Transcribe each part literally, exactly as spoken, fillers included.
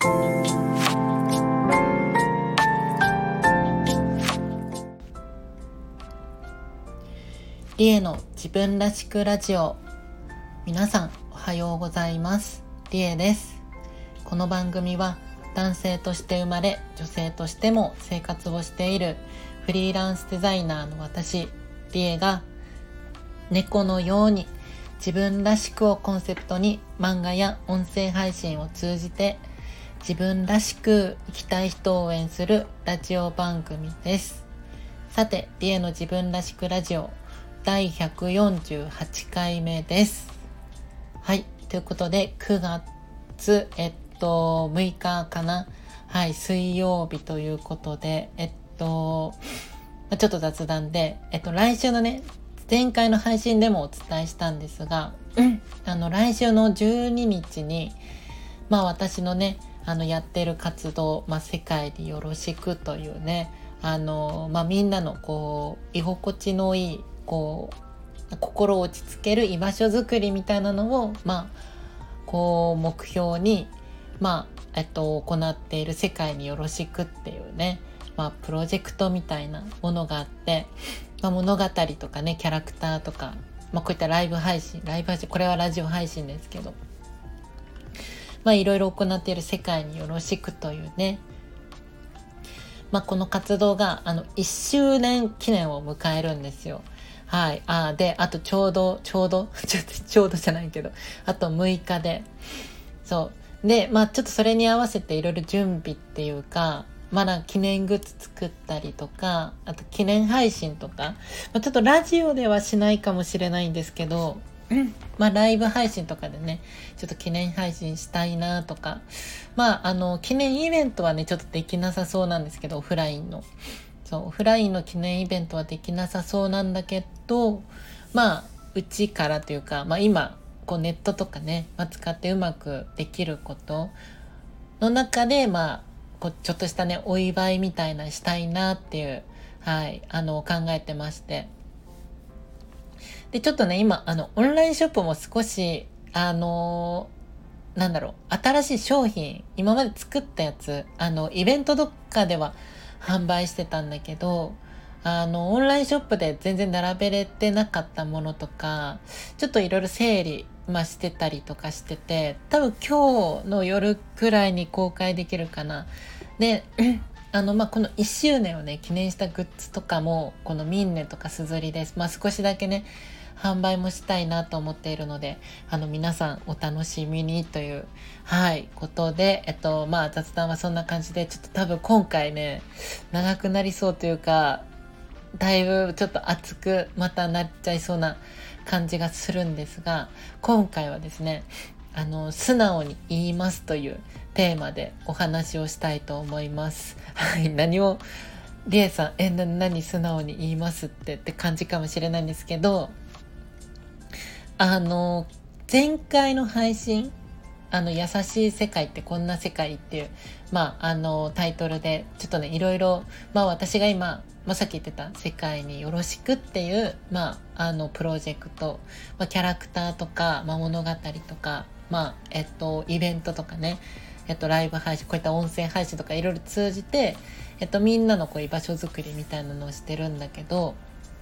リエの自分らしくラジオ。皆さんおはようございます。リエです。この番組は男性として生まれ、女性としても生活をしているフリーランスデザイナーの私リエが、猫のように自分らしくをコンセプトに漫画や音声配信を通じて自分らしく生きたい人を応援するラジオ番組です。さて、リエの自分らしくラジオだいひゃくよんじゅうはちかいめです。はい、ということでくがつえっとむいかかな、はい、水曜日ということで、えっとちょっと雑談で、えっと来週のね、前回の配信でもお伝えしたんですが、うん、あの来週のじゅうににちに、まあ私のね、あのやってる活動、まあ世界でよろしくというね、あのまあみんなのこう居心地のいいこう心を落ち着ける居場所づくりみたいなのを、まあこう目標に、まあえっと行っている世界によろしくっていうね、まあプロジェクトみたいなものがあって、まあ、物語とかね、キャラクターとか、まあこういったライブ配信、ライブ配信、これはラジオ配信ですけど、まあいろいろ行っている世界によろしくというね、まあこの活動があのいっしゅうねん記念を迎えるんですよ。はい。あで、あとちょうど、ちょうど、ちょっとちょうどじゃないけど、あとむいかで、そう。で、まあちょっとそれに合わせていろいろ準備っていうか、まだ記念グッズ作ったりとか、あと記念配信とか、まあ、ちょっとラジオではしないかもしれないんですけど、うん、まあライブ配信とかでね、ちょっと記念配信したいなとか、まああの、記念イベントはね、ちょっとできなさそうなんですけど、オフラインの。そう、オフラインの記念イベントはできなさそうなんだけど、まあうちからというか、まあ今こうネットとかね、まあ、使ってうまくできることの中で、まあこうちょっとしたねお祝いみたいなしたいなっていう、はいあの考えてまして、でちょっとね今あのオンラインショップも少しあのなんだろう新しい商品今まで作ったやつあのイベントどっかでは販売してたんだけど、あのオンラインショップで全然並べれてなかったものとかちょっといろいろ整理、まあ、してたりとかしてて、多分今日の夜くらいに公開できるかな。であのまあこのいっしゅうねんをね記念したグッズとかもこのミンネとかスズリです、まあ少しだけね販売もしたいなと思っているので、あの皆さんお楽しみにというはいことで、えっとまあ雑談はそんな感じで、ちょっと多分今回ね長くなりそうというか、だいぶちょっと熱くまたなっちゃいそうな感じがするんですが、今回はですね、あの素直に言いますというテーマでお話をしたいと思います。はい、何をリエさんえな何素直に言いますってって感じかもしれないんですけど、あの前回の配信あの優しい世界ってこんな世界っていう、まああのタイトルでちょっとねいろいろ、まあ私が今、まあ、さっき言ってた世界によろしくっていう、まああのプロジェクト、まあ、キャラクターとか、まあ、物語とか、まあえっとイベントとかね、えっとライブ配信、こういった音声配信とかいろいろ通じて、えっとみんなのこう居場所づくりみたいなのをしてるんだけど、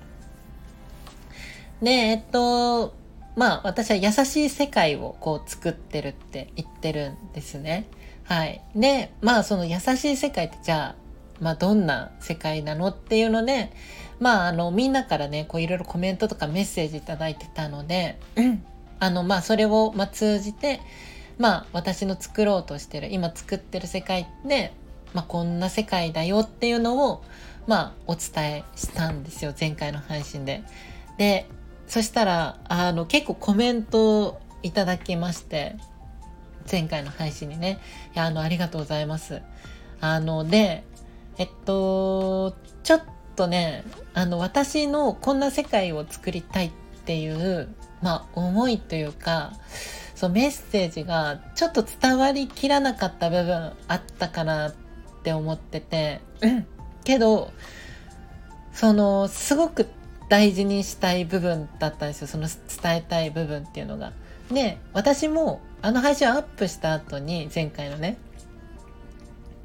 でえっとまあ私は優しい世界をこう作ってるって言ってるんですね。はい。で、まあその優しい世界ってじゃあ、まあどんな世界なのっていうので、まああのみんなからね、こういろいろコメントとかメッセージいただいてたので、あのまあそれをまあ通じて、まあ私の作ろうとしてる、今作ってる世界で、まあこんな世界だよっていうのを、まあお伝えしたんですよ、前回の配信で。で、そしたらあの結構コメントをいただきまして、前回の配信にね、いやあのありがとうございます。あのでえっとちょっとね、あの私のこんな世界を作りたいっていうまあ思いというか、そうメッセージがちょっと伝わりきらなかった部分あったかなって思ってて、けどそのすごく大事にしたい部分だったんですよ、その伝えたい部分っていうのが。で、私もあの配信をアップした後に、前回のね、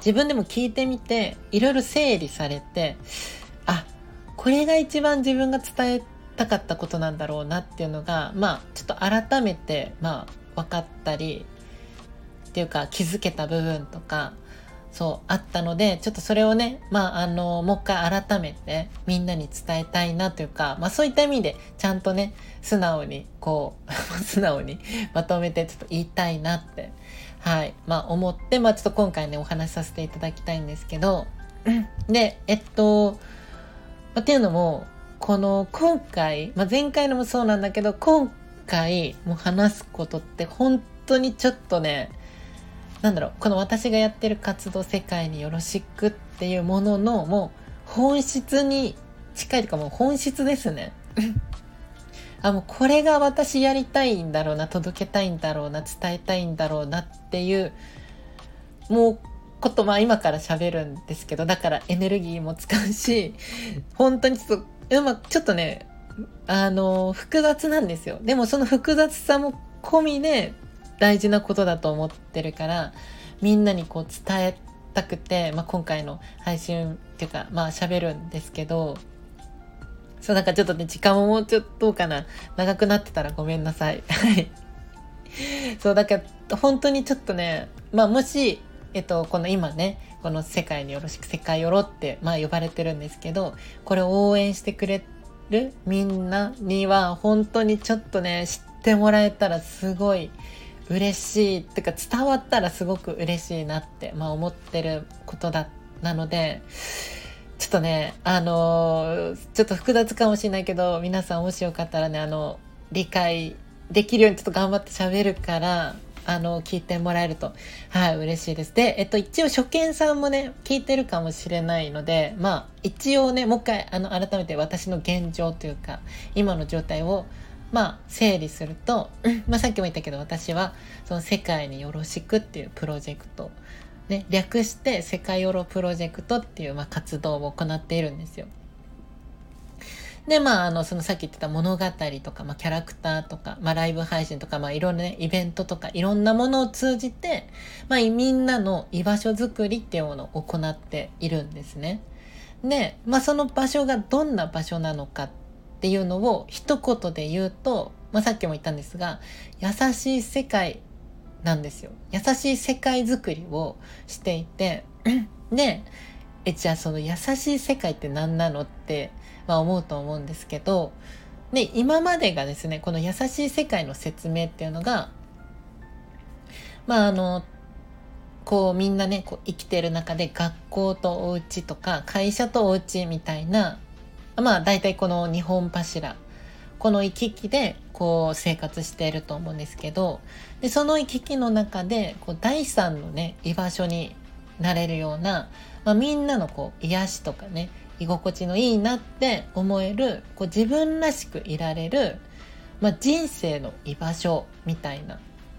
自分でも聞いてみていろいろ整理されて、あ、これが一番自分が伝えたかったことなんだろうなっていうのが、まあちょっと改めてまあ分かったりっていうか気づけた部分とかそうあったので、ちょっとそれをね、まああのもう一回改めてみんなに伝えたいなというか、まあそういった意味でちゃんとね素直にこう素直にまとめてちょっと言いたいなってはいまあ思って、まあちょっと今回ねお話しさせていただきたいんですけど、でえっと、まあ、っていうのもこの今回、まあ、前回のもそうなんだけど、今回も話すことって本当にちょっとね、なんだろう、この私がやってる活動世界によろしくっていうもののもう本質に近いというか、もう本質ですねあ、もうこれが私やりたいんだろうな、届けたいんだろうな、伝えたいんだろうなっていうもうことまあ今から喋るんですけど、だからエネルギーも使うし、本当にちょっとうまくちょっとねあの複雑なんですよ。でもその複雑さも込みで大事なことだと思ってるから、みんなにこう伝えたくて、まあ、今回の配信っていうかまあ喋るんですけど、そうなんかちょっとね時間ももうちょっとどうかな、長くなってたらごめんなさいはいそうだから本当にちょっとね、まあもしえっとこの今ねこの世界によろしく世界よろってまあ呼ばれてるんですけど、これを応援してくれるみんなには本当にちょっとね知ってもらえたらすごい嬉しいってか、伝わったらすごく嬉しいなって、まあ、思ってることだなので、ちょっとねあのー、ちょっと複雑かもしれないけど、皆さんもしよかったらねあの理解できるようにちょっと頑張って喋るから、あの聞いてもらえるとはい嬉しいです。で、えっと一応初見さんもね聞いてるかもしれないので、まあ一応ねもう一回あの改めて私の現状というか今の状態をまあ整理すると、まあさっきも言ったけど、私はその世界によろしくっていうプロジェクトね、略して世界よろプロジェクトっていう、まあ、活動を行っているんですよ。で、まあ、あの、そのさっき言ってた物語とか、まあ、キャラクターとか、まあ、ライブ配信とか、まあ、いろんなね、イベントとか、いろんなものを通じて、まあ、みんなの居場所づくりっていうものを行っているんですね。で、まあ、その場所がどんな場所なのかっていうのを一言で言うと、まあ、さっきも言ったんですが、優しい世界なんですよ。優しい世界づくりをしていて、で、え、じゃあその優しい世界って何なのって、まあ、思うと思うんですけど、で、今までがですね、この優しい世界の説明っていうのが、まああの、こうみんなね、こう生きてる中で学校とお家とか会社とお家みたいな、まあ大体このにほん柱、この行き来でこう生活していると思うんですけど、でその行き来の中でこう第三のね居場所になれるような、まあ、みんなのこう癒しとかね居心地のいいなって思えるこう自分らしくいられる、まあ、人生の居場所みたいな、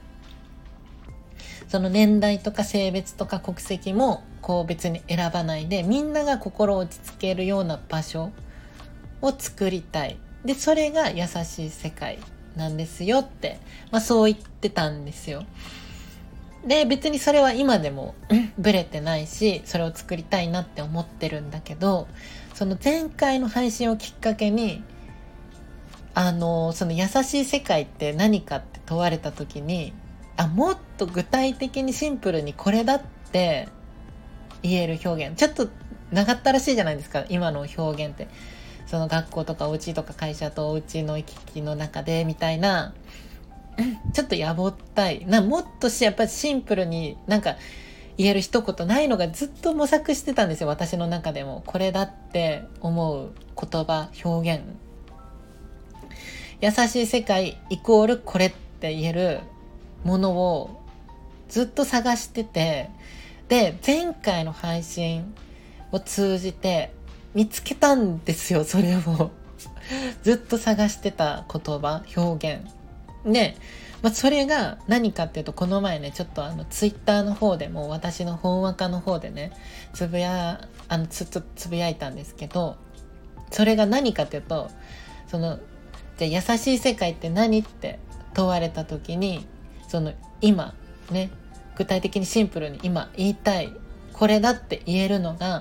その年代とか性別とか国籍もこう別に選ばないで、みんなが心を落ち着けるような場所を作りたい。でそれが優しい世界なんですよって、まあ、そう言ってたんですよ。で別にそれは今でもブレてないし、それを作りたいなって思ってるんだけど、その前回の配信をきっかけにあのその優しい世界って何かって問われた時に、あもっと具体的にシンプルにこれだって言える表現、ちょっと長ったらしいじゃないですか今の表現って。その学校とかお家とか会社とお家の行き来の中でみたいな、ちょっとやぼったいな、もっとしやっぱりシンプルになんか言える一言ないのがずっと模索してたんですよ、私の中でも。これだって思う言葉表現、優しい世界イコールこれって言えるものをずっと探してて、で前回の配信を通じて見つけたんですよ、それをずっと探してた言葉表現で、まあ、それが何かっていうと、この前ねちょっとあのツイッターの方でも私の本話家の方でねつぶやあのつっとつぶやいたんですけど、それが何かっていうと、そのじゃあ優しい世界って何って問われた時に、その今ね具体的にシンプルに今言いたいこれだって言えるのが、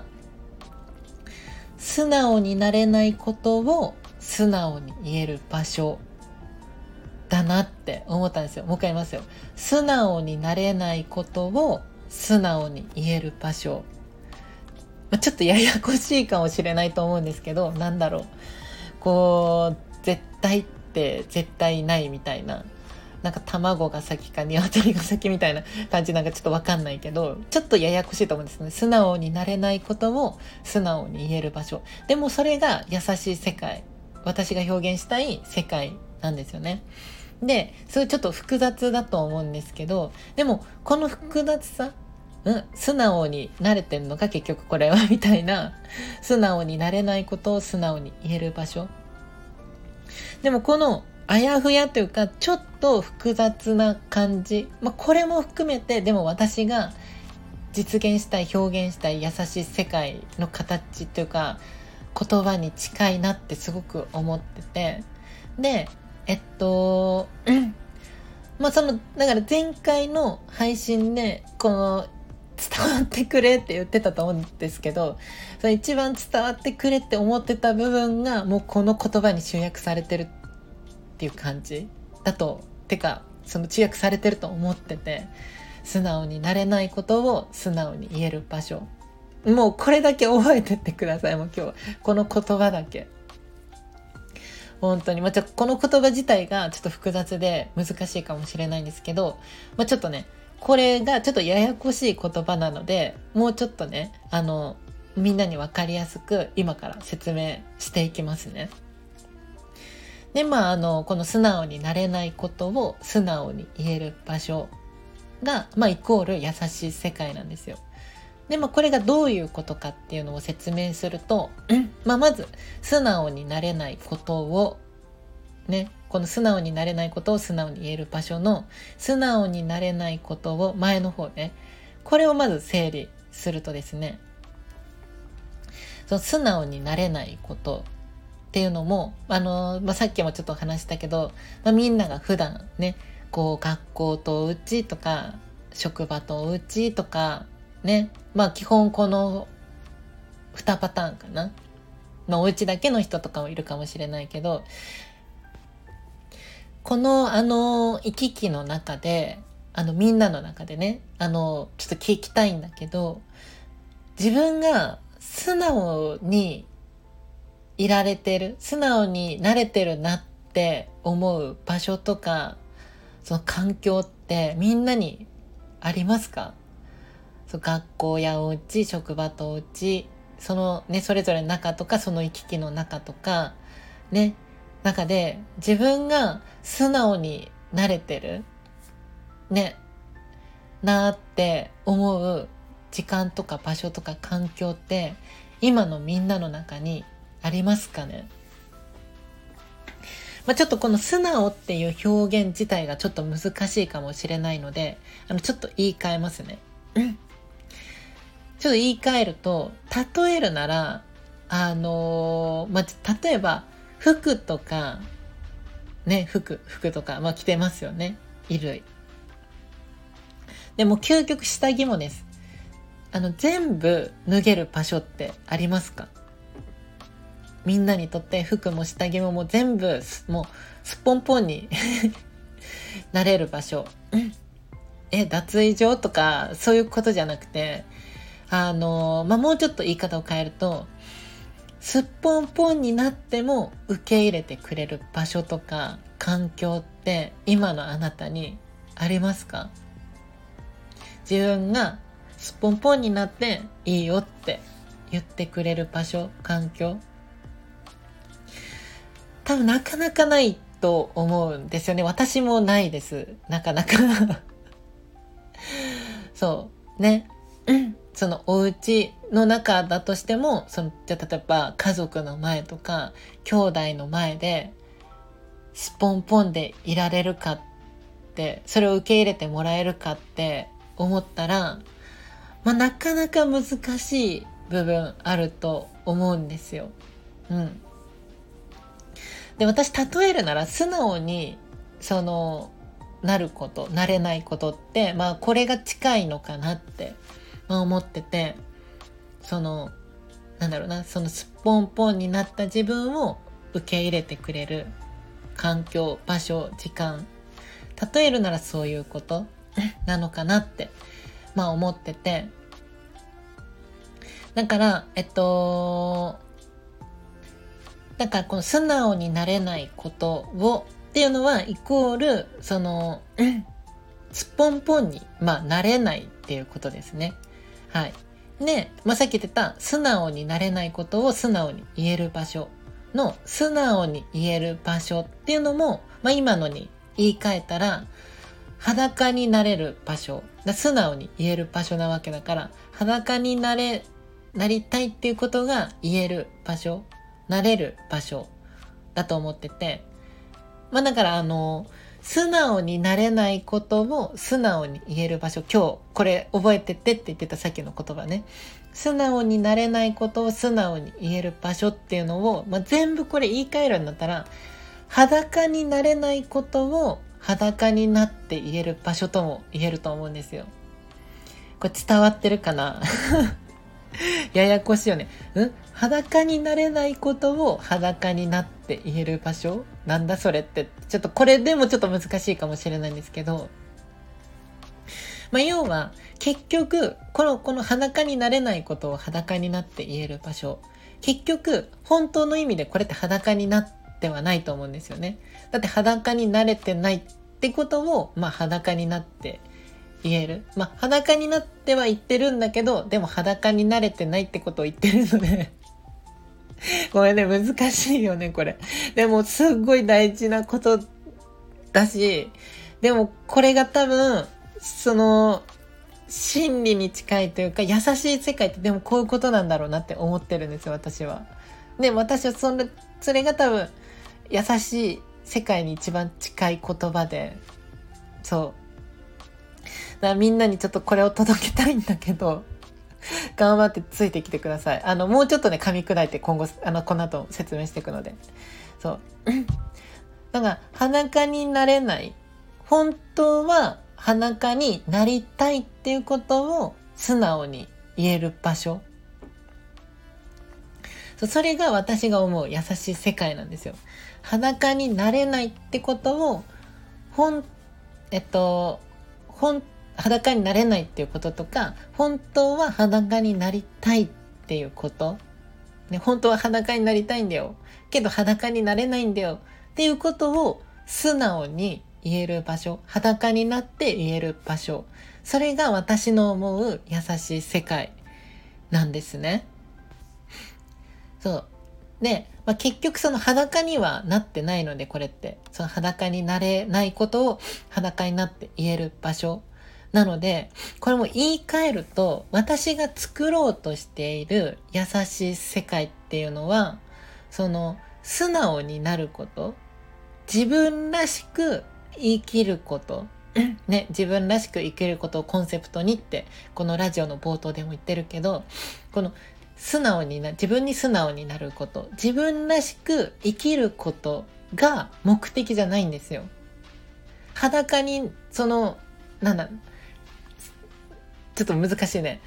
素直になれないことを素直に言える場所だなって思ったんですよ。もう一回言いますよ。素直になれないことを素直に言える場所。ちょっとややこしいかもしれないと思うんですけど、なんだろう。こう、絶対って絶対ないみたいな。なんか卵が先か鶏が先みたいな感じなんかちょっとわかんないけど、ちょっとややこしいと思うんですね。素直になれないことを素直に言える場所。でもそれが優しい世界。私が表現したい世界なんですよね。で、それちょっと複雑だと思うんですけど、でもこの複雑さ、うん、素直になれてんのか結局これはみたいな、素直になれないことを素直に言える場所。でもこのあやふやというかちょっと複雑な感じ、まあ、これも含めてでも私が実現したい表現したい優しい世界の形というか言葉に近いなってすごく思ってて、でえっと、うん、まあそのだから前回の配信でこの伝わってくれって言ってたと思うんですけど、その一番伝わってくれって思ってた部分がもうこの言葉に集約されてるっていう感じだと、てかその集約されてると思ってて、素直になれないことを素直に言える場所、もうこれだけ覚えてってください。もう今日この言葉だけ本当に、まあ、ちょっとこの言葉自体がちょっと複雑で難しいかもしれないんですけど、まあ、ちょっとねこれがちょっとややこしい言葉なので、もうちょっとねあのみんなに分かりやすく今から説明していきますね。でまああのこの素直になれないことを素直に言える場所が、まあ、イコール優しい世界なんですよ。でまあこれがどういうことかっていうのを説明すると、まあ、まず素直になれないことをね、この素直になれないことを素直に言える場所の素直になれないことを前の方ね、これをまず整理するとですね、その素直になれないことっていうのもあの、まあ、さっきもちょっと話したけど、まあ、みんなが普段ねこう学校とお家とか職場とお家とかね、まあ基本このにパターンかな、まあお家だけの人とかもいるかもしれないけど、このあの行き来の中であのみんなの中でね、あのちょっと聞きたいんだけど、自分が素直にいられてる、素直になれてるなって思う場所とかその環境ってみんなにありますか？そう学校やお家、職場とお家、そのねそれぞれの中とかその行き来の中とかね中で自分が素直になれてるねなって思う時間とか場所とか環境って今のみんなの中にありますかね？まあ、ちょっとこの素直っていう表現自体がちょっと難しいかもしれないので、あのちょっと言い換えますね。うん、ちょっと言い換えると、例えるならあのー、まあ、例えば服とかね、服服とかまあ着てますよね、衣類。でも究極下着もです。あの全部脱げる場所ってありますか？みんなにとって服も下着ももう全部もうすっぽんぽんになれる場所、え脱衣所とかそういうことじゃなくて、あのまあもうちょっと言い方を変えると、すっぽんぽんになっても受け入れてくれる場所とか環境って今のあなたにありますか？自分がすっぽんぽんになっていいよって言ってくれる場所、環境、多分なかなかないと思うんですよね。私もないです、なかなかそうね、そのお家の中だとしても、そのじゃ例えば家族の前とか兄弟の前ですっぽんぽんでいられるかって、それを受け入れてもらえるかって思ったら、まあ、なかなか難しい部分あると思うんですよ。うん。で、私例えるなら素直にそのなること、なれないことって、まあこれが近いのかなってまあ、思ってて、そのなんだろうな、そのすっぽんぽんになった自分を受け入れてくれる環境、場所、時間、例えるならそういうことなのかなってまあ思ってて、だからえっとだからこの素直になれないことをっていうのはイコールそのすっぽんぽんにまあなれないっていうことですね。はい。で、まあ、さっき言ってた素直になれないことを素直に言える場所の素直に言える場所っていうのも、まあ、今のに言い換えたら裸になれる場所だ、素直に言える場所なわけだから、裸になれなりたいっていうことが言える場所、なれる場所だと思ってて、まあだからあの素直になれないことを素直に言える場所、今日これ覚えてってって言ってたさっきの言葉ね、素直になれないことを素直に言える場所っていうのを、まあ、全部これ言い換えるんだったら、裸になれないことを裸になって言える場所とも言えると思うんですよ。これ伝わってるかなややこしいよね。ん裸になれないことを裸になって言える場所、なんだそれって、ちょっとこれでもちょっと難しいかもしれないんですけど、まあ要は結局このこの裸になれないことを裸になって言える場所、結局本当の意味でこれって裸になってはないと思うんですよね。だって裸になれてないってことをまあ裸になって言える。まあ裸になっては言ってるんだけど、でも裸になれてないってことを言ってるのでごめんね、難しいよねこれ。でもすっごい大事なことだし、でもこれが多分その真理に近いというか、優しい世界ってでもこういうことなんだろうなって思ってるんですよ、私は。で私はそれそれが多分優しい世界に一番近い言葉で、そうだからみんなにちょっとこれを届けたいんだけど頑張ってついてきてください。あのもうちょっとね噛み砕いて今後あのこの後説明していくので、そうだから裸になれない、本当は裸になりたいっていうことを素直に言える場所、そうそれが私が思う優しい世界なんですよ。裸になれないってことをほんえっとほん裸になれないっていうこととか、本当は裸になりたいっていうこと、ね、本当は裸になりたいんだよけど裸になれないんだよっていうことを素直に言える場所、裸になって言える場所、それが私の思う優しい世界なんですね。そうで、まあ、結局その裸にはなってないので、これってその裸になれないことを裸になって言える場所なので、これも言い換えると、私が作ろうとしている優しい世界っていうのは、その素直になること、自分らしく生きることね、自分らしく生きることをコンセプトにってこのラジオの冒頭でも言ってるけど、この素直にな自分に素直になること、自分らしく生きることが目的じゃないんですよ。裸にそのなんだちょっと難しいね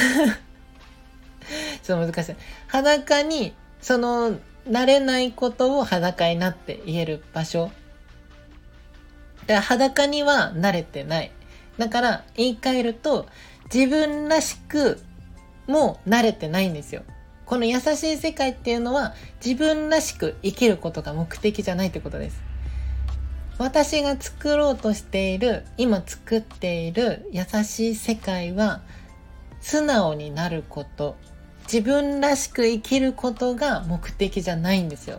ちょっと難しい。裸にそのなれないことを裸になって言える場所、だから裸には慣れてない。だから言い換えると、自分らしくも慣れてないんですよ。この優しい世界っていうのは自分らしく生きることが目的じゃないってことです。私が作ろうとしている、今作っている優しい世界は素直になること、自分らしく生きることが目的じゃないんですよ。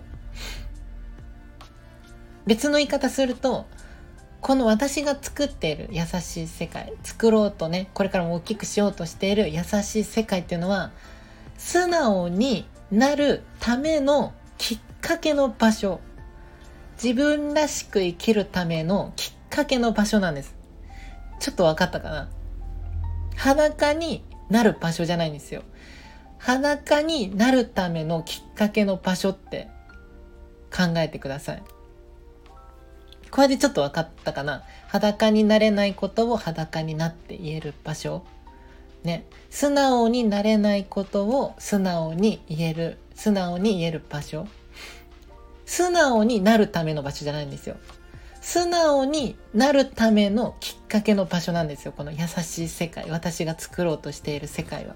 別の言い方すると、この私が作っている優しい世界、作ろうとね、これからも大きくしようとしている優しい世界っていうのは、素直になるためのきっかけの場所、自分らしく生きるためのきっかけの場所なんです。ちょっと分かったかな？裸になる場所じゃないんですよ。裸になるためのきっかけの場所って考えてください。これでちょっと分かったかな？裸になれないことを裸になって言える場所。 ね、素直になれないことを素直に言える、素直に言える場所。素直になるための場所じゃないんですよ。素直になるためのきっかけの場所なんですよ。この優しい世界、私が作ろうとしている世界は。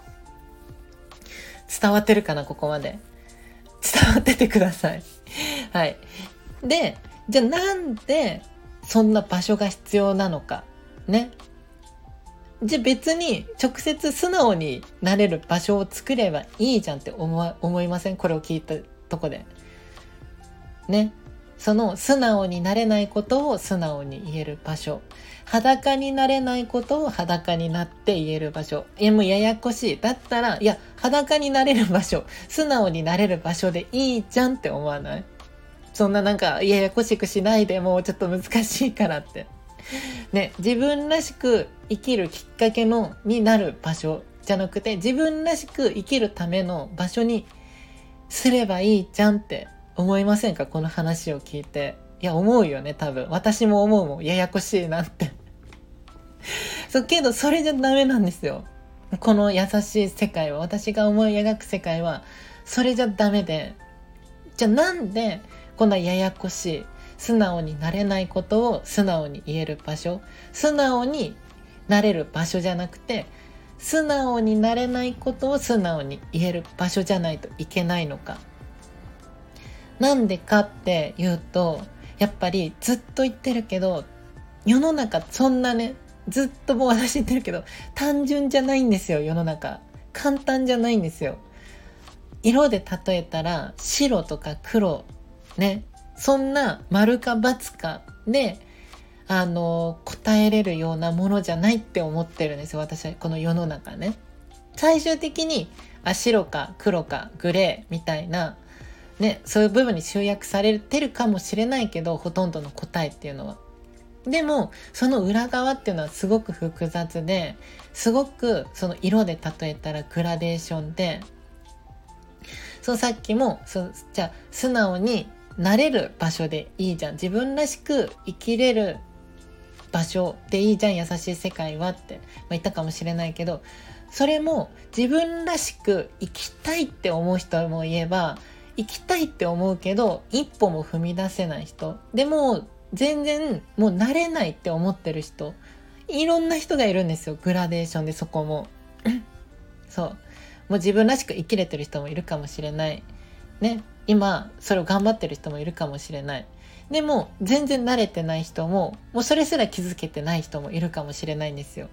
伝わってるかな、ここまで。伝わっててください。はい。で、じゃあなんでそんな場所が必要なのか。ね。じゃあ別に直接素直になれる場所を作ればいいじゃんって思わ、思いません？これを聞いたとこで。ね。その素直になれないことを素直に言える場所。裸になれないことを裸になって言える場所。いやもうややこしい。だったら、いや裸になれる場所、素直になれる場所でいいじゃんって思わない？そんななんかややこしくしないで、もうちょっと難しいからって。ね、自分らしく生きるきっかけのになる場所じゃなくて、自分らしく生きるための場所にすればいいじゃんって思いませんか？この話を聞いて。いや思うよね、多分。私も思うもん、ややこしいなってそうけどそれじゃダメなんですよ。この優しい世界は、私が思い描く世界はそれじゃダメで、じゃあなんでこんなややこしい、素直になれないことを素直に言える場所、素直になれる場所じゃなくて、素直になれないことを素直に言える場所じゃないといけないのか。なんでかっていうと、やっぱりずっと言ってるけど、世の中そんなね、ずっともう私言ってるけど、単純じゃないんですよ。世の中簡単じゃないんですよ。色で例えたら白とか黒ね、そんな丸か×かであの答えれるようなものじゃないって思ってるんですよ、私は。この世の中ね、最終的にあ白か黒かグレーみたいなね、そういう部分に集約されてるかもしれないけど、ほとんどの答えっていうのは。でもその裏側っていうのはすごく複雑で、すごくその色で例えたらグラデーションで、そうさっきもそじゃあ素直になれる場所でいいじゃん、自分らしく生きれる場所でいいじゃん、優しい世界はって、まあ、言ったかもしれないけど、それも自分らしく生きたいって思う人もいれば、生きたいって思うけど一歩も踏み出せない人でも、全然もう慣れないって思ってる人、いろんな人がいるんですよ、グラデーションで。そこもそう、もう自分らしく生きれてる人もいるかもしれないね、今それを頑張ってる人もいるかもしれない。でも全然慣れてない人も、もうそれすら気づけてない人もいるかもしれないんですよ。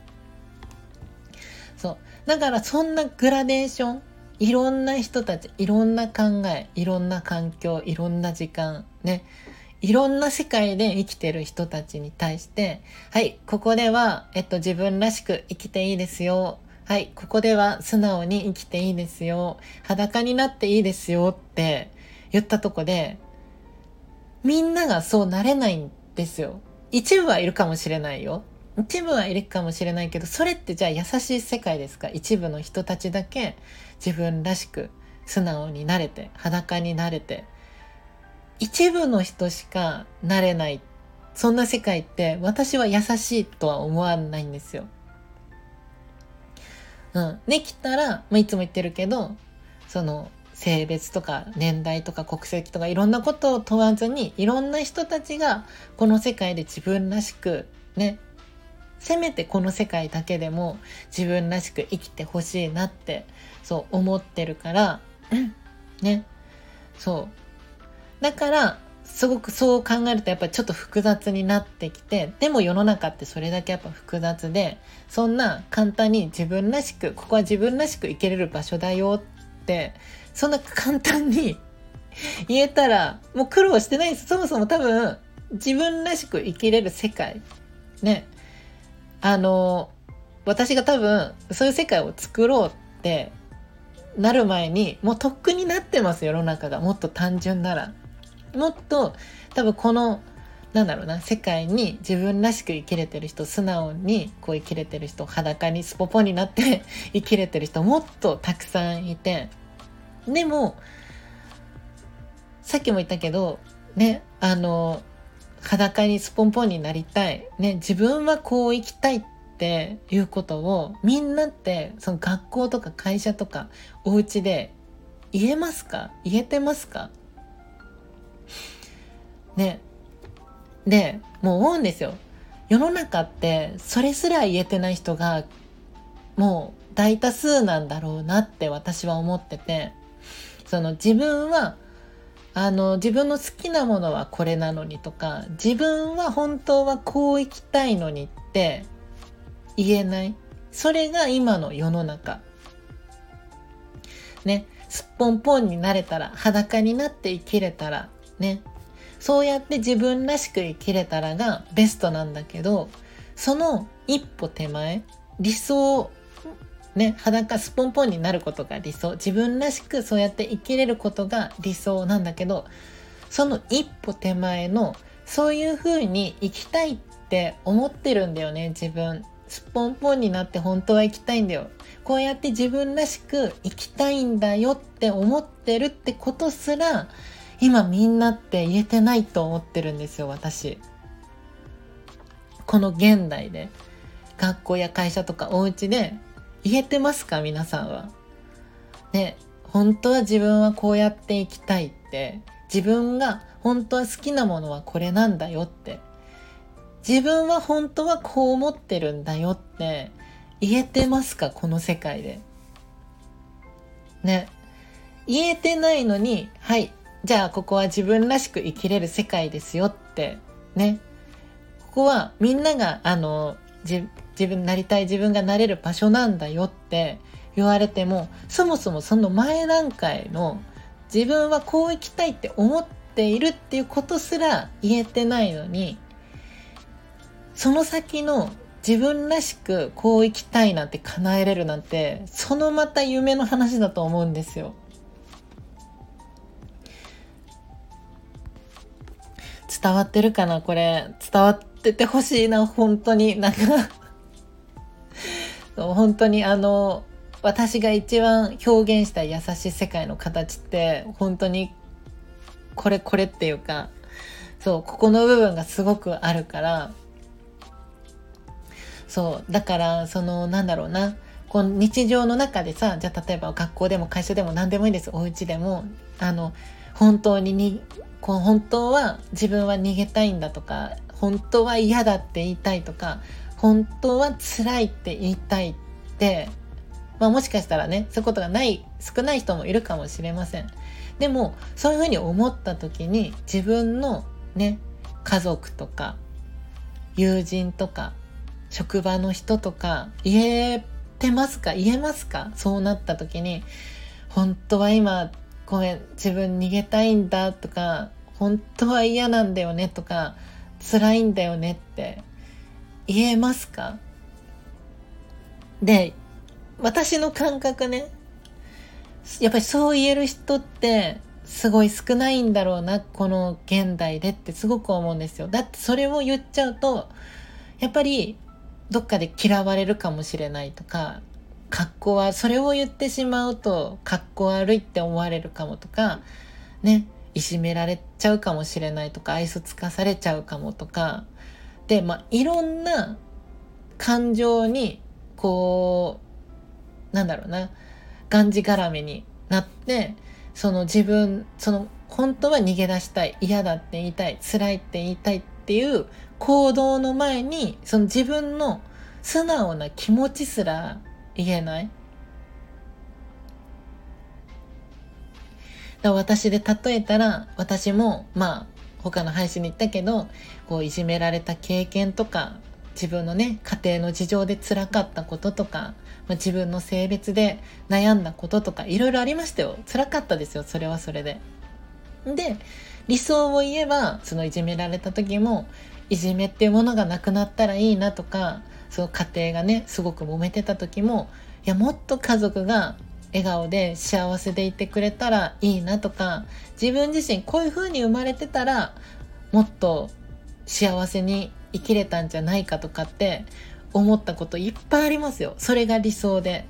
そうだからそんなグラデーション、いろんな人たち、いろんな考え、いろんな環境、いろんな時間ね、いろんな世界で生きてる人たちに対して、はい、ここでは、えっと、自分らしく生きていいですよ。はい、ここでは素直に生きていいですよ。裸になっていいですよって言ったとこで、みんながそうなれないんですよ。一部はいるかもしれないよ。一部はいるかもしれないけど、それってじゃあ優しい世界ですか？一部の人たちだけ自分らしく素直になれて、裸になれて、一部の人しかなれない、そんな世界って私は優しいとは思わないんですよ。うん、できたら、まあ、いつも言ってるけど、その性別とか年代とか国籍とかいろんなことを問わずに、いろんな人たちがこの世界で自分らしくね、せめてこの世界だけでも自分らしく生きてほしいなってそう思ってるからね。そうだからすごくそう考えるとやっぱりちょっと複雑になってきて、でも世の中ってそれだけやっぱ複雑で、そんな簡単に自分らしく、ここは自分らしく生きれる場所だよってそんな簡単に言えたらもう苦労してないです。そもそも多分自分らしく生きれる世界ね、あの私が多分そういう世界を作ろうってなる前にもうとっくになってます。世の中がもっと単純なら、もっと多分このなんだろうな、世界に自分らしく生きれてる人、素直にこう生きれてる人、裸にスポポになって生きれてる人もっとたくさんいて、でもさっきも言ったけどね、あの裸にスポンポンになりたいね、自分はこう生きたいっっていうことをみんなってその学校とか会社とかお家で言えますか？言えてますか？ね。で、もう思うんですよ。世の中ってそれすら言えてない人がもう大多数なんだろうなって私は思ってて、その自分はあの自分の好きなものはこれなのにとか、自分は本当はこう生きたいのにって言えない。それが今の世の中ね。すっぽんぽんになれたら、裸になって生きれたらね、そうやって自分らしく生きれたらがベストなんだけど、その一歩手前、理想ね、裸すっぽんぽんになることが理想、自分らしくそうやって生きれることが理想なんだけど、その一歩手前のそういう風に生きたいって思ってるんだよね。自分すっぽんぽんになって本当は生きたいんだよ、こうやって自分らしく生きたいんだよって思ってるってことすら今みんなって言えてないと思ってるんですよ、私。この現代で学校や会社とかお家で言えてますか？皆さんはね。本当は自分はこうやって生きたいって、自分が本当は好きなものはこれなんだよって、自分は本当はこう思ってるんだよって言えてますか？この世界でね。言えてないのに、はい、じゃあここは自分らしく生きれる世界ですよってね。ここはみんながあの自自分なりたい自分がなれる場所なんだよって言われても、そもそもその前段階の自分はこう生きたいって思っているっていうことすら言えてないのに、その先の自分らしくこう生きたいなんて叶えれるなんて、そのまた夢の話だと思うんですよ。伝わってるかな？これ伝わっててほしいな、本当に。なんか本当にあの私が一番表現したい優しい世界の形って本当にこれこれっていうか、そうここの部分がすごくあるから、そうだからそのなんだろうな、この日常の中でさ、じゃあ例えば学校でも会社でも何でもいいです、お家でもあの本当ににこう本当は自分は逃げたいんだとか、本当は嫌だって言いたいとか、本当は辛いって言いたいって、まあ、もしかしたらねそういうことがない少ない人もいるかもしれません。でもそういうふうに思った時に、自分のね家族とか友人とか職場の人とか言えてますか？言えますか？そうなった時に、本当は今ごめん自分逃げたいんだとか、本当は嫌なんだよねとか、辛いんだよねって言えますか？で、私の感覚ね、やっぱりそう言える人ってすごい少ないんだろうな、この現代でってすごく思うんですよ。だってそれを言っちゃうと、やっぱりどっかで嫌われるかもしれないとか、かっこはそれを言ってしまうとかっこ悪いって思われるかもとかね、いじめられちゃうかもしれないとか、愛想つかされちゃうかもとかで、まあいろんな感情にこうなんだろうな、がんじがらめになって、その自分その本当は逃げ出したい、嫌だって言いたい、辛いって言いたいっていう行動の前に、その自分の素直な気持ちすら言えない。だから私で例えたら、私もまあ他の配信に言ったけど、こういじめられた経験とか、自分のね家庭の事情で辛かったこととか、まあ、自分の性別で悩んだこととかいろいろありましたよ。辛かったですよ、それはそれで。で、理想を言えば、そのいじめられた時もいじめっていうものがなくなったらいいなとか、その家庭がねすごく揉めてた時も、いやもっと家族が笑顔で幸せでいてくれたらいいなとか、自分自身こういう風に生まれてたらもっと幸せに生きれたんじゃないかとかって思ったこといっぱいありますよ。それが理想で。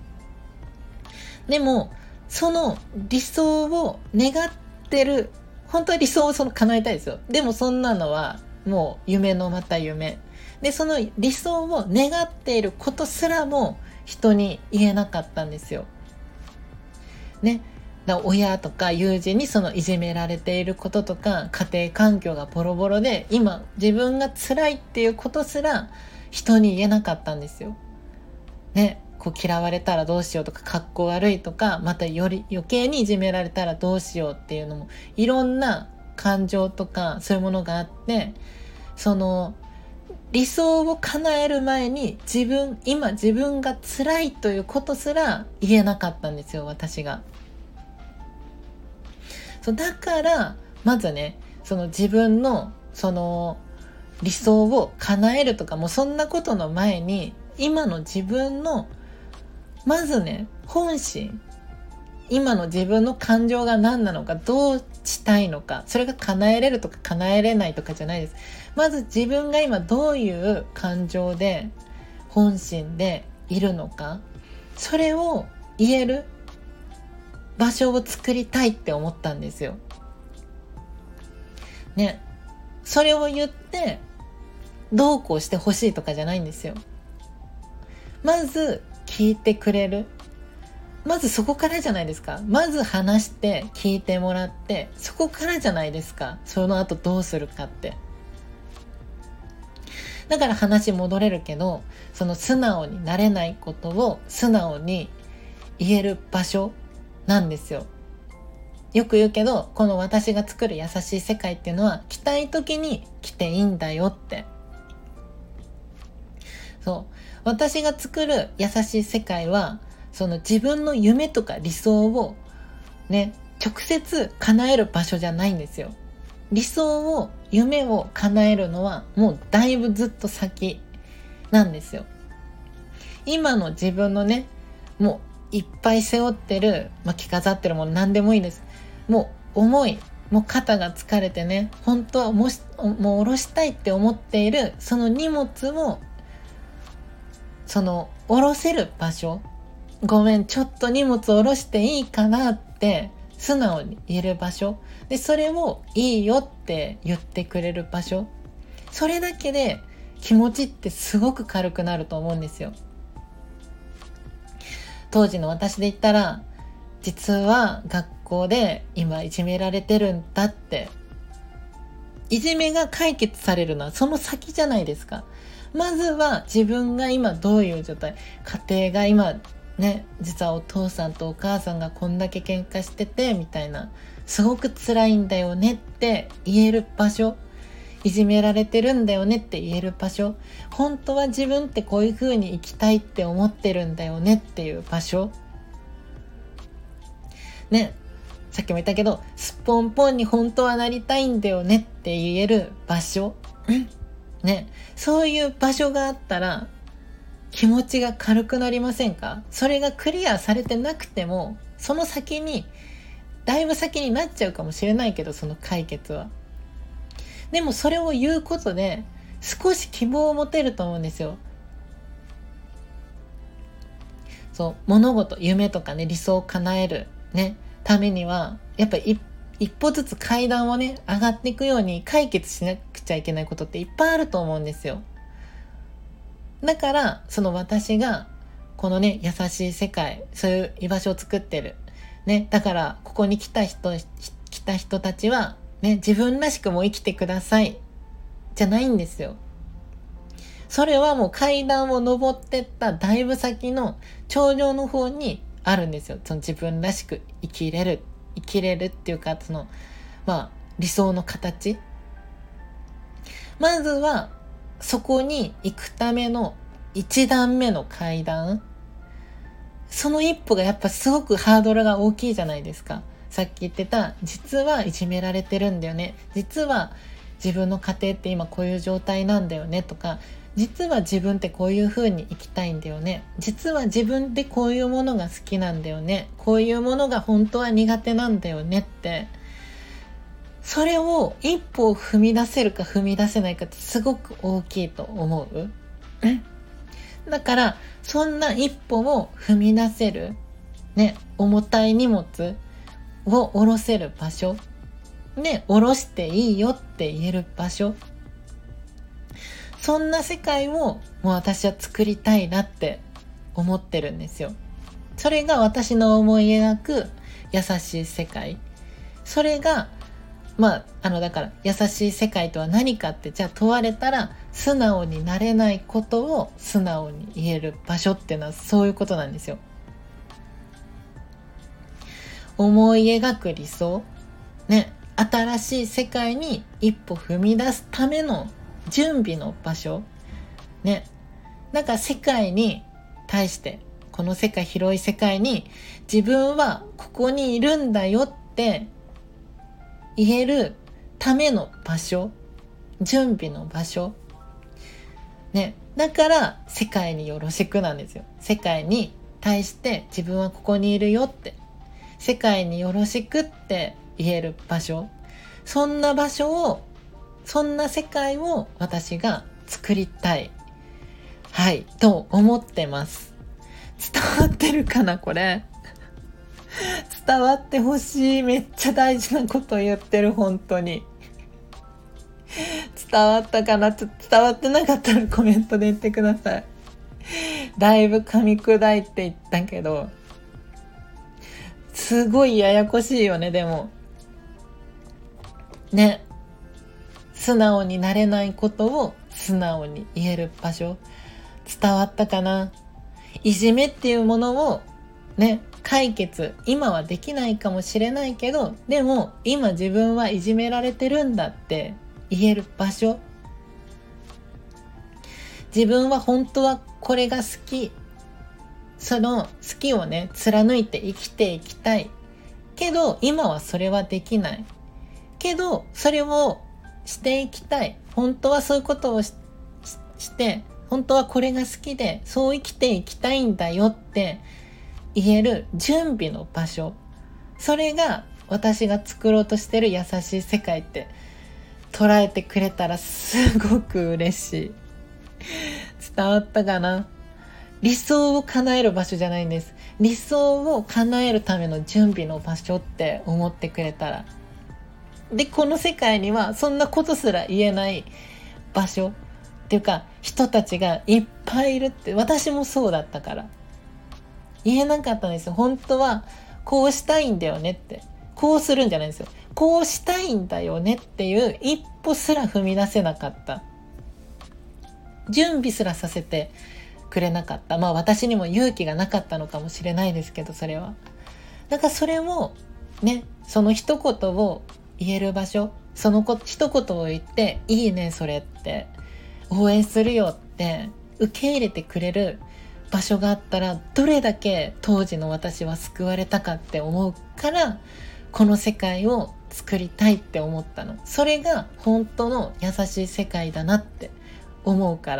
でもその理想を願ってる、本当は理想をその叶えたいですよ。でもそんなのはもう夢のまた夢でその理想を願っていることすらも人に言えなかったんですよね。だから親とか友人にそのいじめられていることとか家庭環境がボロボロで今自分が辛いっていうことすら人に言えなかったんですよね。こう嫌われたらどうしようとか格好悪いとかまたより余計にいじめられたらどうしようっていうのもいろんな感情とかそういうものがあって、その理想を叶える前に自分今自分が辛いということすら言えなかったんですよ私が。そうだからまずねその自分のその理想を叶えるとかもうそんなことの前に今の自分のまずね本心、今の自分の感情が何なのか、どうしたいのか、それが叶えれるとか叶えれないとかじゃないです。まず自分が今どういう感情で本心でいるのか、それを言える場所を作りたいって思ったんですよね。それを言ってどうこうしてほしいとかじゃないんですよ。まず聞いてくれる、まずそこからじゃないですか。まず話して聞いてもらって、そこからじゃないですか。その後どうするかって。だから話戻れるけど、その素直になれないことを素直に言える場所なんですよ。よく言うけど、この私が作る優しい世界っていうのは来たい時に来ていいんだよって。そう私が作る優しい世界はその自分の夢とか理想をね直接叶える場所じゃないんですよ。理想を夢を叶えるのはもうだいぶずっと先なんですよ。今の自分のねもういっぱい背負ってる、まあ、着飾ってるもの何でもいいです。もう重い、もう肩が疲れてね本当はもしもう下ろしたいって思っているその荷物をその下ろせる場所、ごめんちょっと荷物下ろしていいかなって素直に言える場所で、それをいいよって言ってくれる場所、それだけで気持ちってすごく軽くなると思うんですよ。当時の私で言ったら実は学校で今いじめられてるんだって、いじめが解決されるのはその先じゃないですか。まずは自分が今どういう状態、家庭が今ね実はお父さんとお母さんがこんだけ喧嘩しててみたいな、すごく辛いんだよねって言える場所、いじめられてるんだよねって言える場所、本当は自分ってこういう風に生きたいって思ってるんだよねっていう場所ね。さっきも言ったけどすっぽんぽんに本当はなりたいんだよねって言える場所ね、そういう場所があったら気持ちが軽くなりませんか？それがクリアされてなくてもその先にだいぶ先になっちゃうかもしれないけど、その解決はでもそれを言うことで少し希望を持てると思うんですよ。そう物事、夢とかね理想を叶えるねためにはやっぱり一歩ずつ階段をね上がっていくように解決しなくちゃいけないことっていっぱいあると思うんですよ。だからその私がこのね優しい世界、そういう居場所を作ってるね、だからここに来た人来た人たちはね自分らしくも生きてくださいじゃないんですよ。それはもう階段を登ってっただいぶ先の頂上の方にあるんですよ。その自分らしく生きれる生きれるっていうか、そのまあ理想の形、まずはそこに行くための一段目の階段、その一歩がやっぱすごくハードルが大きいじゃないですか。さっき言ってた実はいじめられてるんだよね、実は自分の家庭って今こういう状態なんだよねとか、実は自分ってこういう風に生きたいんだよね、実は自分ってこういうものが好きなんだよね、こういうものが本当は苦手なんだよねって、それを一歩を踏み出せるか踏み出せないかってすごく大きいと思う。だからそんな一歩を踏み出せるね、重たい荷物を下ろせる場所ね、下ろしていいよって言える場所、 そんな世界をもう私は作りたいなって思ってるんですよ。それが私の思い描く優しい世界。それがまああのだから優しい世界とは何かってじゃあ問われたら、素直になれないことを素直に言える場所っていうのはそういうことなんですよ。思い描く理想ね、新しい世界に一歩踏み出すための準備の場所ね。だから世界に対して、この世界、広い世界に自分はここにいるんだよって言えるための場所、準備の場所ね。だから世界によろしくなんですよ。世界に対して自分はここにいるよって、世界によろしくって言える場所、そんな場所を、そんな世界を私が作りたい、はいと思ってます。伝わってるかなこれ。伝わってほしい。めっちゃ大事なこと言ってる、本当に。伝わったかな。ちょっと伝わってなかったらコメントで言ってください。だいぶ噛み砕いていったけど、すごいややこしいよね。でもね、素直になれないことを素直に言える場所、伝わったかな。いじめっていうものをね、解決今はできないかもしれないけど、でも今自分はいじめられてるんだって言える場所、自分は本当はこれが好き、その好きをね貫いて生きていきたいけど今はそれはできないけど、それをしていきたい、本当はそういうことを し, して本当はこれが好きでそう生きていきたいんだよって言える準備の場所、それが私が作ろうとしてる優しい世界って捉えてくれたらすごく嬉しい。伝わったかな。理想を叶える場所じゃないんです。理想を叶えるための準備の場所って思ってくれたら、でこの世界にはそんなことすら言えない場所っていうか人たちがいっぱいいるって、私もそうだったから言えなかったんですよ。本当はこうしたいんだよねって、こうするんじゃないんですよ、こうしたいんだよねっていう一歩すら踏み出せなかった、準備すらさせてくれなかった。まあ私にも勇気がなかったのかもしれないですけど、それはだからそれをね、その一言を言える場所、そのこ一言を言っていいねそれって応援するよって受け入れてくれる場所があったら、どれだけ当時の私は救われたかって思うから、この世界を作りたいって思ったの。それが本当の優しい世界だなって思うから。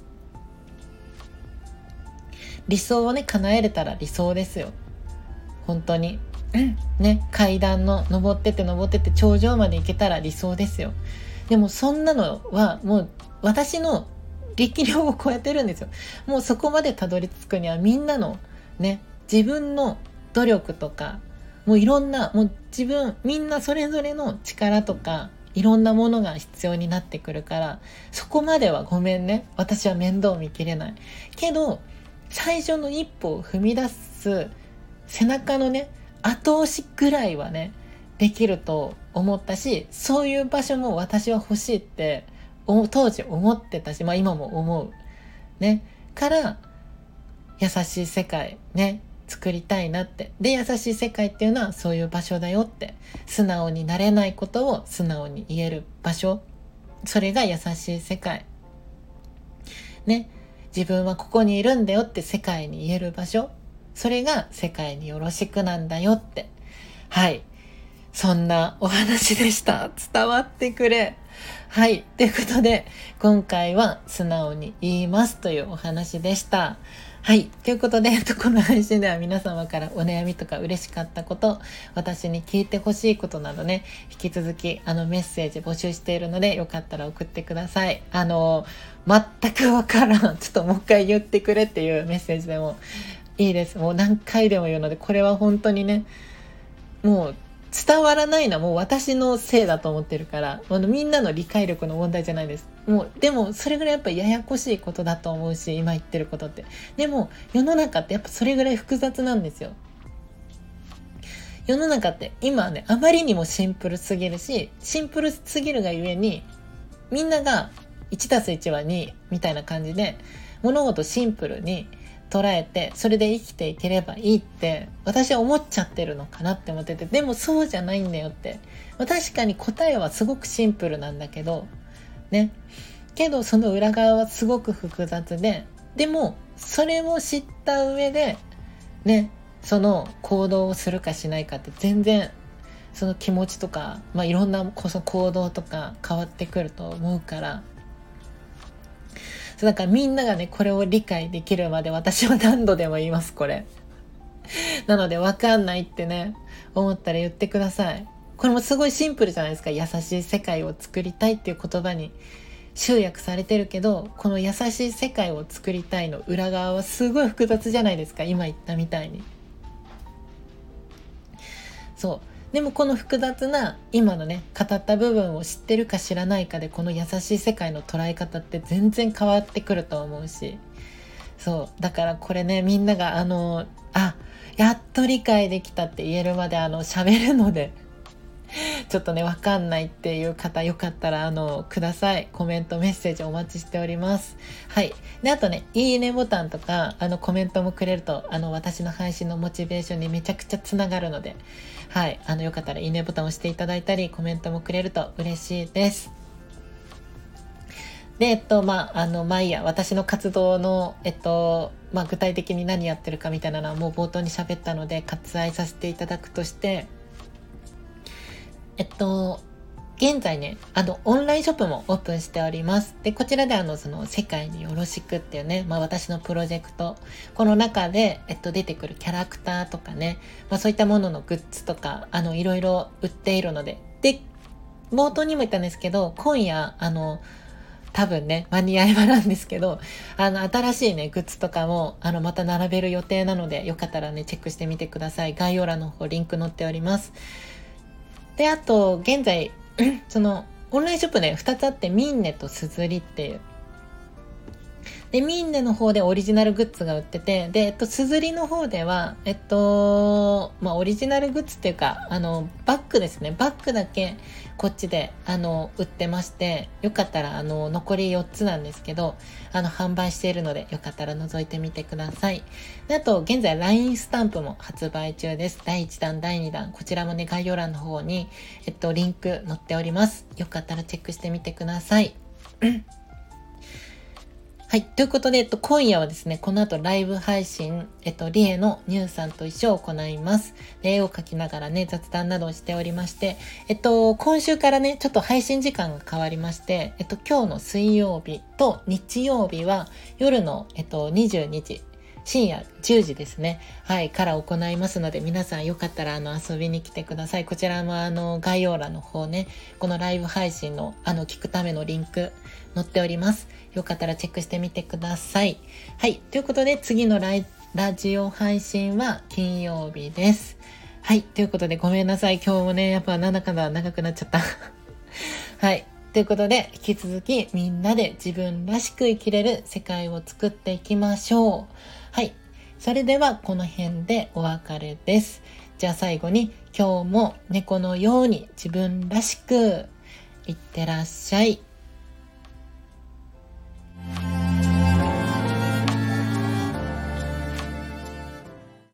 理想をね叶えれたら理想ですよ、本当にね。階段の登ってって登ってって頂上まで行けたら理想ですよ。でもそんなのはもう私の力量を超えてるんですよ。もうそこまでたどり着くにはみんなのね、自分の努力とか、もういろんな、もう自分みんなそれぞれの力とかいろんなものが必要になってくるから、そこまではごめんね、私は面倒見きれないけど、最初の一歩を踏み出す背中のね後押しぐらいはねできると思ったし、そういう場所も私は欲しいって当時思ってたし、まあ今も思うね。から優しい世界ね作りたいなって。で優しい世界っていうのはそういう場所だよって、素直になれないことを素直に言える場所、それが優しい世界ね。自分はここにいるんだよって世界に言える場所、それが世界によろしくなんだよって。はい、そんなお話でした。伝わってくれ。はい、ということで今回は素直に言いますというお話でした。はい、ということでこの配信では皆様からお悩みとか嬉しかったこと、私に聞いてほしいことなどね、引き続きあのメッセージ募集しているので、よかったら送ってください。あの全くわからん、ちょっともう一回言ってくれっていうメッセージでもいいです。もう何回でも言うので、これは本当にね、もう伝わらないのはもう私のせいだと思ってるから、あのみんなの理解力の問題じゃないです。もうでもそれぐらいやっぱりややこしいことだと思うし、今言ってることってでも世の中ってやっぱそれぐらい複雑なんですよ。世の中って今ね、あまりにもシンプルすぎるし、シンプルすぎるがゆえにみんなが いちたすいち はにみたいな感じで物事シンプルに捉えて、それで生きていければいいって私は思っちゃってるのかなって思ってて、でもそうじゃないんだよって。確かに答えはすごくシンプルなんだけどね、けどその裏側はすごく複雑で、でもそれを知った上でね、その行動をするかしないかって全然その気持ちとか、まあ、いろんなこそ行動とか変わってくると思うから、だからみんながねこれを理解できるまで私は何度でも言います、これ。なので分かんないってね思ったら言ってください。これもすごいシンプルじゃないですか。優しい世界を作りたいっていう言葉に集約されてるけど、この優しい世界を作りたいの裏側はすごい複雑じゃないですか、今言ったみたいに。そうでもこの複雑な今のね語った部分を知ってるか知らないかで、この優しい世界の捉え方って全然変わってくると思うし、そうだからこれね、みんながあのあやっと理解できたって言えるまであの喋るのでちょっとね分かんないっていう方、よかったらあのください。コメントメッセージお待ちしております。はい。であとね、いいねボタンとかあのコメントもくれると、あの私の配信のモチベーションにめちゃくちゃつながるので、はい、あのよかったらいいねボタンを押していただいたりコメントもくれると嬉しいです。でえっとまああのまあいいや、私の活動のえっとまあ具体的に何やってるかみたいなのはもう冒頭に喋ったので割愛させていただくとして、えっと現在ねあのオンラインショップもオープンしております。でこちらであのその世界によろしくっていうね、まあ、私のプロジェクト、この中で、えっと、出てくるキャラクターとかね、まあ、そういったもののグッズとかあのいろいろ売っているので、で冒頭にも言ったんですけど、今夜あの多分ね間に合えばなんですけど、あの新しいねグッズとかもあのまた並べる予定なので、よかったらねチェックしてみてください。概要欄の方リンク載っております。であと現在そのオンラインショップねふたつあって、ミンネとスズリっていう。でミンネの方でオリジナルグッズが売ってて、で、えっと、スズリの方ではえっとまあオリジナルグッズっていうかあのバッグですね、バッグだけこっちであの売ってまして、よかったらあの残りよっつなんですけど、あの販売しているのでよかったら覗いてみてください。であと現在 ライン スタンプも発売中です。だいいちだんだいにだん、こちらもね概要欄の方にえっとリンク載っております。よかったらチェックしてみてください。はい。ということで、えっと、今夜はですね、この後ライブ配信、えっと、リエのニューさんと一緒を行います。で絵を描きながらね、雑談などをしておりまして、えっと、今週からね、ちょっと配信時間が変わりまして、えっと、今日の水曜日と日曜日は夜の、えっと、にじゅうにじ、深夜じゅうじですね。はい。から行いますので、皆さんよかったらあの遊びに来てください。こちらもあの概要欄の方ね、このライブ配信のあの聞くためのリンク載っております。よかったらチェックしてみてください。はい。ということで次のライラジオ配信は金曜日です。はい。ということでごめんなさい。今日もね、やっぱなんだかんだ長くなっちゃった。はい。ということで引き続きみんなで自分らしく生きれる世界を作っていきましょう。はい。それではこの辺でお別れです。じゃあ最後に今日も猫のように自分らしくいってらっしゃい。